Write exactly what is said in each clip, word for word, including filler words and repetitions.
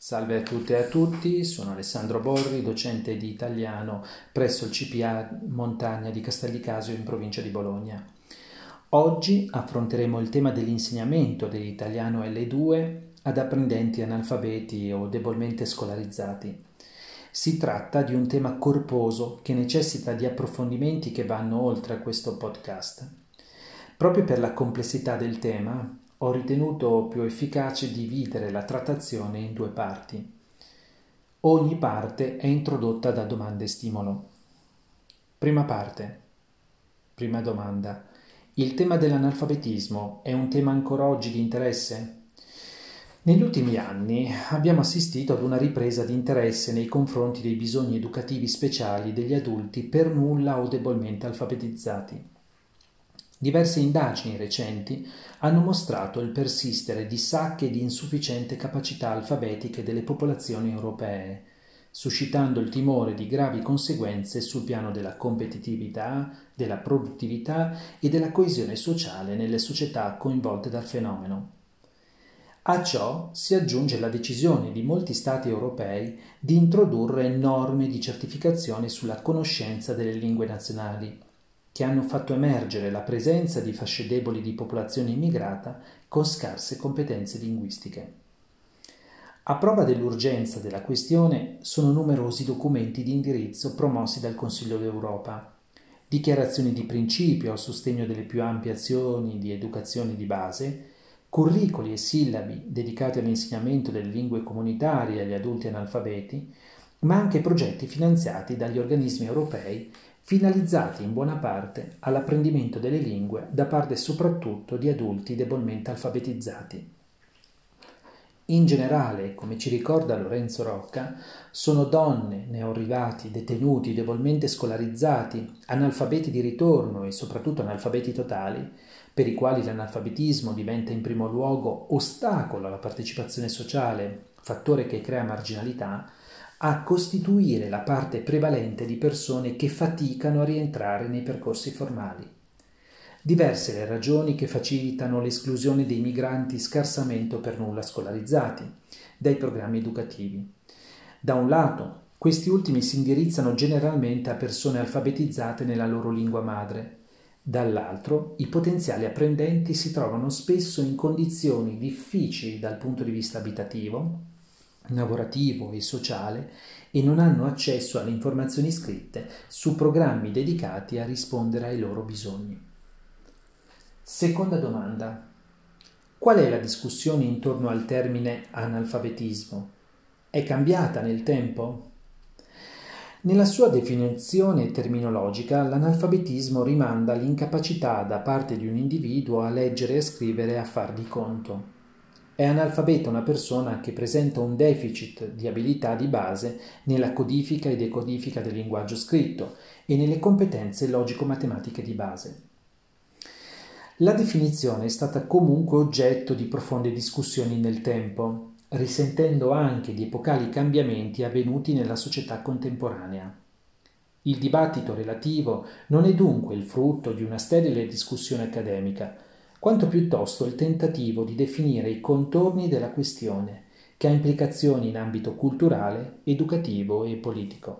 Salve a tutte e a tutti, sono Alessandro Borri, docente di italiano presso il C P A Montagna di Castellicasio in provincia di Bologna. Oggi affronteremo il tema dell'insegnamento dell'italiano L due ad apprendenti analfabeti o debolmente scolarizzati. Si tratta di un tema corposo che necessita di approfondimenti che vanno oltre a questo podcast. Proprio per la complessità del tema, ho ritenuto più efficace dividere la trattazione in due parti. Ogni parte è introdotta da domande e stimolo. Prima parte. Prima domanda. Il tema dell'analfabetismo è un tema ancora oggi di interesse? Negli ultimi anni abbiamo assistito ad una ripresa di interesse nei confronti dei bisogni educativi speciali degli adulti per nulla o debolmente alfabetizzati. Diverse indagini recenti hanno mostrato il persistere di sacche di insufficiente capacità alfabetiche delle popolazioni europee, suscitando il timore di gravi conseguenze sul piano della competitività, della produttività e della coesione sociale nelle società coinvolte dal fenomeno. A ciò si aggiunge la decisione di molti Stati europei di introdurre norme di certificazione sulla conoscenza delle lingue nazionali, che hanno fatto emergere la presenza di fasce deboli di popolazione immigrata con scarse competenze linguistiche. A prova dell'urgenza della questione sono numerosi documenti di indirizzo promossi dal Consiglio d'Europa, dichiarazioni di principio a sostegno delle più ampie azioni di educazione di base, curricoli e sillabi dedicati all'insegnamento delle lingue comunitarie agli adulti analfabeti, ma anche progetti finanziati dagli organismi europei finalizzati in buona parte all'apprendimento delle lingue da parte soprattutto di adulti debolmente alfabetizzati. In generale, come ci ricorda Lorenzo Rocca, sono donne, neoarrivati, detenuti, debolmente scolarizzati, analfabeti di ritorno e soprattutto analfabeti totali, per i quali l'analfabetismo diventa in primo luogo ostacolo alla partecipazione sociale, fattore che crea marginalità, a costituire la parte prevalente di persone che faticano a rientrare nei percorsi formali. Diverse le ragioni che facilitano l'esclusione dei migranti scarsamente o per nulla scolarizzati dai programmi educativi. Da un lato, questi ultimi si indirizzano generalmente a persone alfabetizzate nella loro lingua madre. Dall'altro, i potenziali apprendenti si trovano spesso in condizioni difficili dal punto di vista abitativo, lavorativo e sociale e non hanno accesso alle informazioni scritte su programmi dedicati a rispondere ai loro bisogni. Seconda domanda. Qual è la discussione intorno al termine analfabetismo? È cambiata nel tempo? Nella sua definizione terminologica, l'analfabetismo rimanda all'incapacità da parte di un individuo a leggere e a scrivere e a far di conto. È analfabeta una persona che presenta un deficit di abilità di base nella codifica e decodifica del linguaggio scritto e nelle competenze logico-matematiche di base. La definizione è stata comunque oggetto di profonde discussioni nel tempo, risentendo anche di epocali cambiamenti avvenuti nella società contemporanea. Il dibattito relativo non è dunque il frutto di una sterile discussione accademica, quanto piuttosto il tentativo di definire i contorni della questione, che ha implicazioni in ambito culturale, educativo e politico.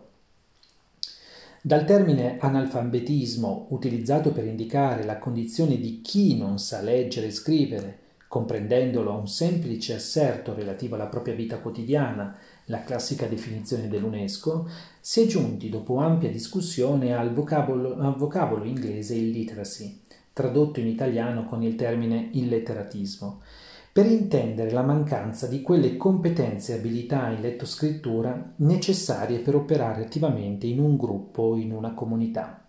Dal termine analfabetismo, utilizzato per indicare la condizione di chi non sa leggere e scrivere, comprendendolo a un semplice asserto relativo alla propria vita quotidiana, la classica definizione dell'UNESCO, si è giunti dopo ampia discussione al vocabolo, al vocabolo inglese illiteracy, tradotto in italiano con il termine illetteratismo, per intendere la mancanza di quelle competenze e abilità in lettoscrittura necessarie per operare attivamente in un gruppo o in una comunità.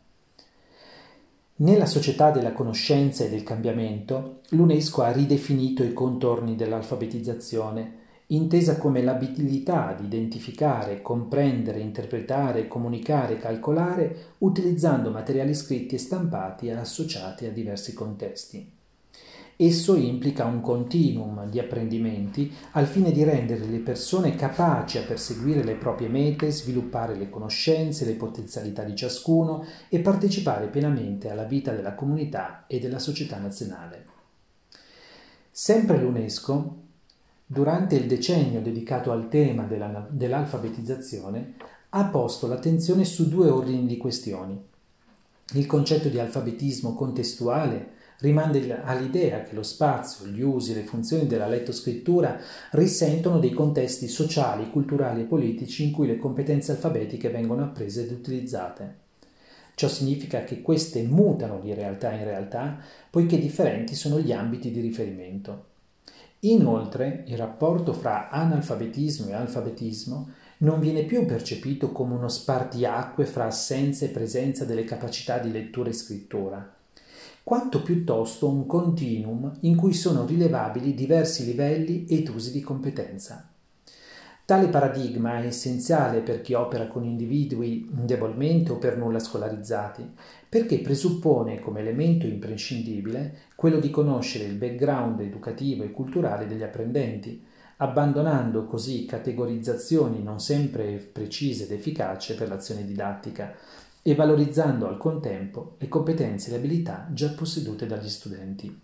Nella società della conoscenza e del cambiamento, l'UNESCO ha ridefinito i contorni dell'alfabetizzazione, intesa come l'abilità di identificare, comprendere, interpretare, comunicare e calcolare utilizzando materiali scritti e stampati associati a diversi contesti. Esso implica un continuum di apprendimenti al fine di rendere le persone capaci a perseguire le proprie mete, sviluppare le conoscenze, le potenzialità di ciascuno e partecipare pienamente alla vita della comunità e della società nazionale. Sempre l'UNESCO durante il decennio dedicato al tema della, dell'alfabetizzazione, ha posto l'attenzione su due ordini di questioni. Il concetto di alfabetismo contestuale rimanda all'idea che lo spazio, gli usi e le funzioni della lettoscrittura risentono dei contesti sociali, culturali e politici in cui le competenze alfabetiche vengono apprese ed utilizzate. Ciò significa che queste mutano di realtà in realtà, poiché differenti sono gli ambiti di riferimento. Inoltre, il rapporto fra analfabetismo e alfabetismo non viene più percepito come uno spartiacque fra assenza e presenza delle capacità di lettura e scrittura, quanto piuttosto un continuum in cui sono rilevabili diversi livelli ed usi di competenza. Tale paradigma è essenziale per chi opera con individui indebolmente o per nulla scolarizzati, perché presuppone come elemento imprescindibile quello di conoscere il background educativo e culturale degli apprendenti, abbandonando così categorizzazioni non sempre precise ed efficaci per l'azione didattica e valorizzando al contempo le competenze e le abilità già possedute dagli studenti.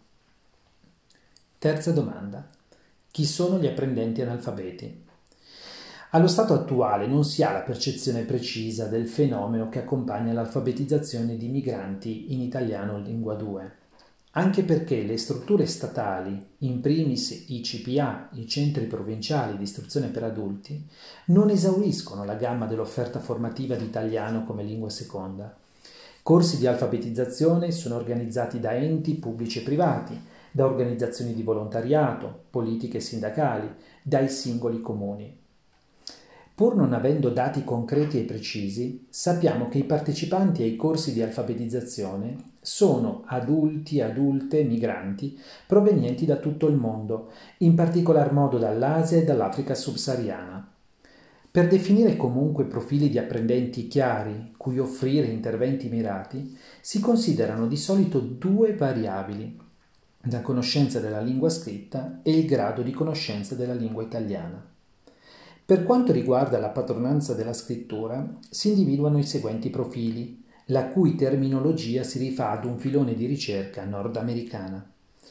Terza domanda. Chi sono gli apprendenti analfabeti? Allo stato attuale non si ha la percezione precisa del fenomeno che accompagna l'alfabetizzazione di migranti in italiano lingua due, anche perché le strutture statali, in primis i C P A, i centri provinciali di istruzione per adulti, non esauriscono la gamma dell'offerta formativa di italiano come lingua seconda. Corsi di alfabetizzazione sono organizzati da enti pubblici e privati, da organizzazioni di volontariato, politiche sindacali, dai singoli comuni. Pur non avendo dati concreti e precisi, sappiamo che i partecipanti ai corsi di alfabetizzazione sono adulti e adulte migranti provenienti da tutto il mondo, in particolar modo dall'Asia e dall'Africa subsahariana. Per definire comunque profili di apprendenti chiari, cui offrire interventi mirati, si considerano di solito due variabili: la conoscenza della lingua scritta e il grado di conoscenza della lingua italiana. Per quanto riguarda la padronanza della scrittura, si individuano i seguenti profili, la cui terminologia si rifà ad un filone di ricerca nordamericana.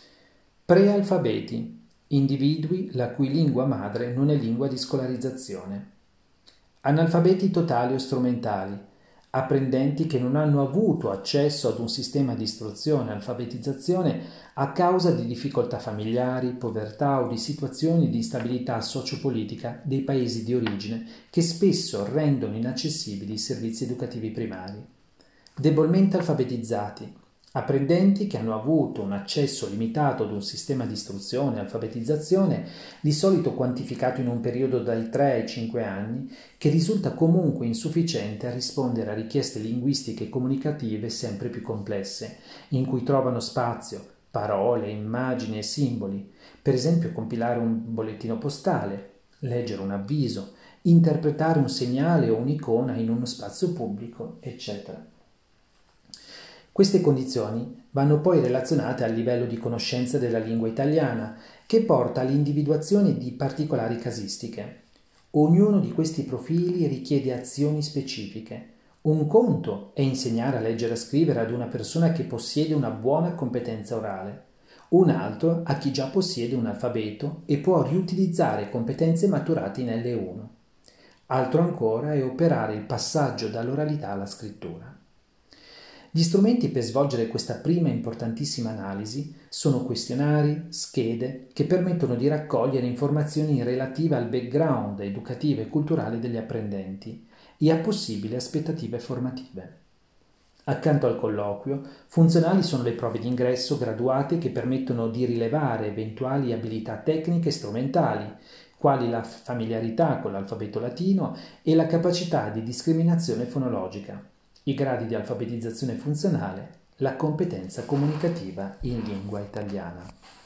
Prealfabeti, individui la cui lingua madre non è lingua di scolarizzazione. Analfabeti totali o strumentali, apprendenti che non hanno avuto accesso ad un sistema di istruzione e alfabetizzazione a causa di difficoltà familiari, povertà o di situazioni di instabilità sociopolitica dei paesi di origine che spesso rendono inaccessibili i servizi educativi primari. Debolmente alfabetizzati, apprendenti che hanno avuto un accesso limitato ad un sistema di istruzione e alfabetizzazione, di solito quantificato in un periodo dai tre ai cinque anni, che risulta comunque insufficiente a rispondere a richieste linguistiche e comunicative sempre più complesse, in cui trovano spazio parole, immagini e simboli, per esempio compilare un bollettino postale, leggere un avviso, interpretare un segnale o un'icona in uno spazio pubblico, eccetera. Queste condizioni vanno poi relazionate al livello di conoscenza della lingua italiana, che porta all'individuazione di particolari casistiche. Ognuno di questi profili richiede azioni specifiche. Un conto è insegnare a leggere e a scrivere ad una persona che possiede una buona competenza orale, un altro a chi già possiede un alfabeto e può riutilizzare competenze maturate in L uno. Altro ancora è operare il passaggio dall'oralità alla scrittura. Gli strumenti per svolgere questa prima importantissima analisi sono questionari, schede, che permettono di raccogliere informazioni relative al background educativo e culturale degli apprendenti e a possibili aspettative formative. Accanto al colloquio, funzionali sono le prove d'ingresso graduate che permettono di rilevare eventuali abilità tecniche e strumentali, quali la familiarità con l'alfabeto latino e la capacità di discriminazione fonologica, i gradi di alfabetizzazione funzionale, la competenza comunicativa in lingua italiana.